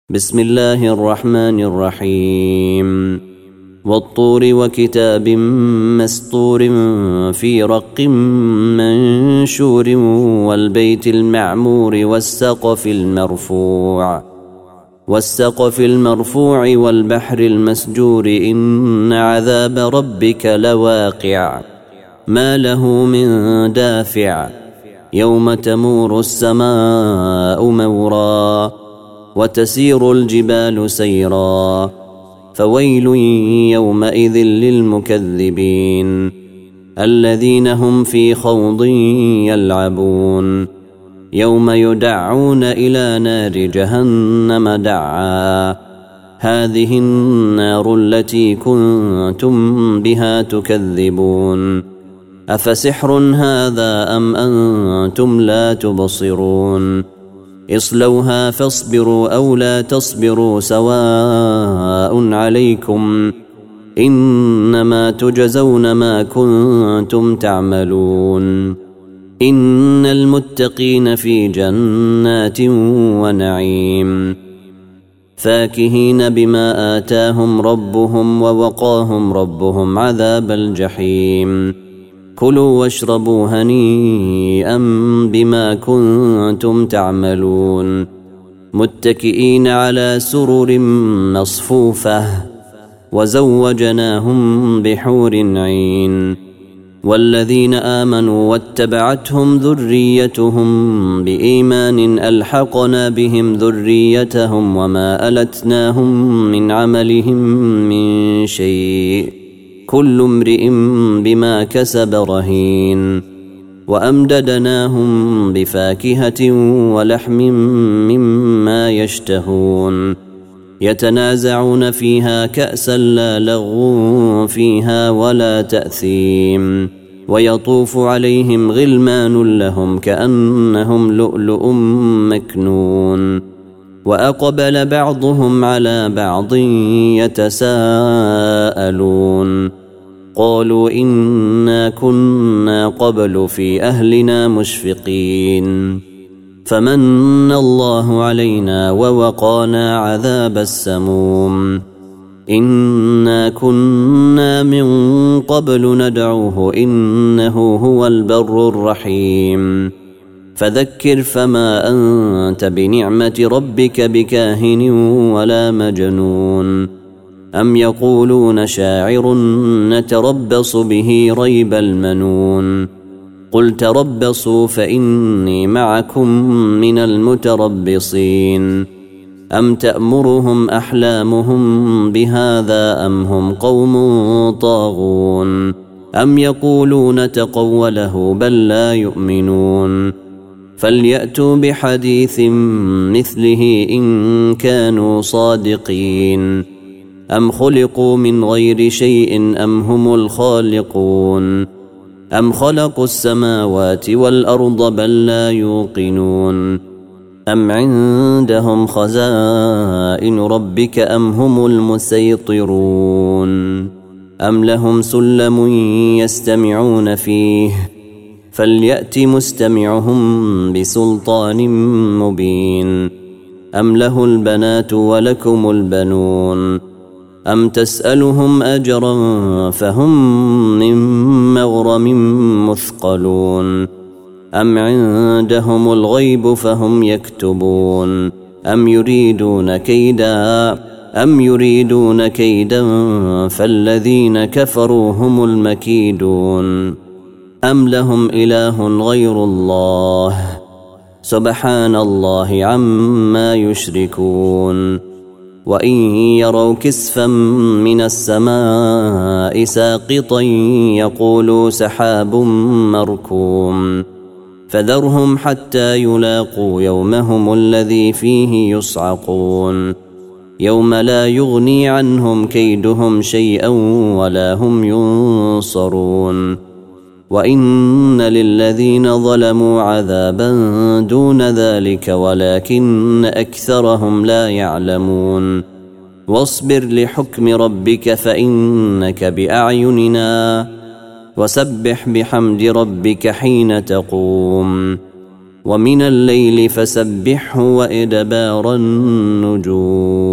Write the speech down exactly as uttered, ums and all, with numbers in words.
بسم الله الرحمن الرحيم والطور وكتاب مسطور في رق منشور والبيت المعمور والسقف المرفوع والسقف المرفوع والبحر المسجور إن عذاب ربك لواقع ما له من دافع يوم تمور السماء مورا وتسير الجبال سيرا فويل يومئذ للمكذبين الذين هم في خوض يلعبون يوم يدعون إلى نار جهنم دعا هذه النار التي كنتم بها تكذبون أفسحر هذا أم أنتم لا تبصرون اصلوها فاصبروا أو لا تصبروا سواء عليكم إنما تجزون ما كنتم تعملون إن المتقين في جنات ونعيم فاكهين بما آتاهم ربهم ووقاهم ربهم عذاب الجحيم كلوا واشربوا هنيئا بما كنتم تعملون متكئين على سرر مصفوفة وزوجناهم بحور عين والذين آمنوا واتبعتهم ذريتهم بإيمان ألحقنا بهم ذريتهم وما ألتناهم من عملهم من شيء كل امرئ بما كسب رهين وأمددناهم بفاكهة ولحم مما يشتهون يتنازعون فيها كأسا لا لغو فيها ولا تأثيم ويطوف عليهم غلمان لهم كأنهم لؤلؤ مكنون وأقبل بعضهم على بعض يتساءلون قالوا إنا كنا قبل في أهلنا مشفقين فمن الله علينا ووقانا عذاب السموم إنا كنا من قبل ندعوه إنه هو البر الرحيم فذكر فما أنت بنعمة ربك بكاهن ولا مجنون أم يقولون شاعر نتربص به ريب المنون قل تربصوا فإني معكم من المتربصين أم تأمرهم أحلامهم بهذا أم هم قوم طاغون أم يقولون تقوله بل لا يؤمنون فليأتوا بحديث مثله إن كانوا صادقين أم خلقوا من غير شيء أم هم الخالقون أم خلقوا السماوات والأرض بل لا يوقنون أم عندهم خزائن ربك أم هم المسيطرون أم لهم سلم يستمعون فيه فليأت مستمعهم بسلطان مبين أم له البنات ولكم البنون أم تسألهم أجرا فهم من مغرم مثقلون أم عندهم الغيب فهم يكتبون أم يريدون كيدا أم يريدون كيدا فالذين كفروا هم المكيدون أم لهم إله غير الله سبحان الله عما يشركون وإن يروا كسفا من السماء ساقطا يقولوا سحاب مركوم فذرهم حتى يلاقوا يومهم الذي فيه يصعقون يوم لا يغني عنهم كيدهم شيئا ولا هم ينصرون وإن للذين ظلموا عذابا دون ذلك ولكن أكثرهم لا يعلمون واصبر لحكم ربك فإنك بأعيننا وسبح بحمد ربك حين تقوم ومن الليل فسبحه وإدبار النجوم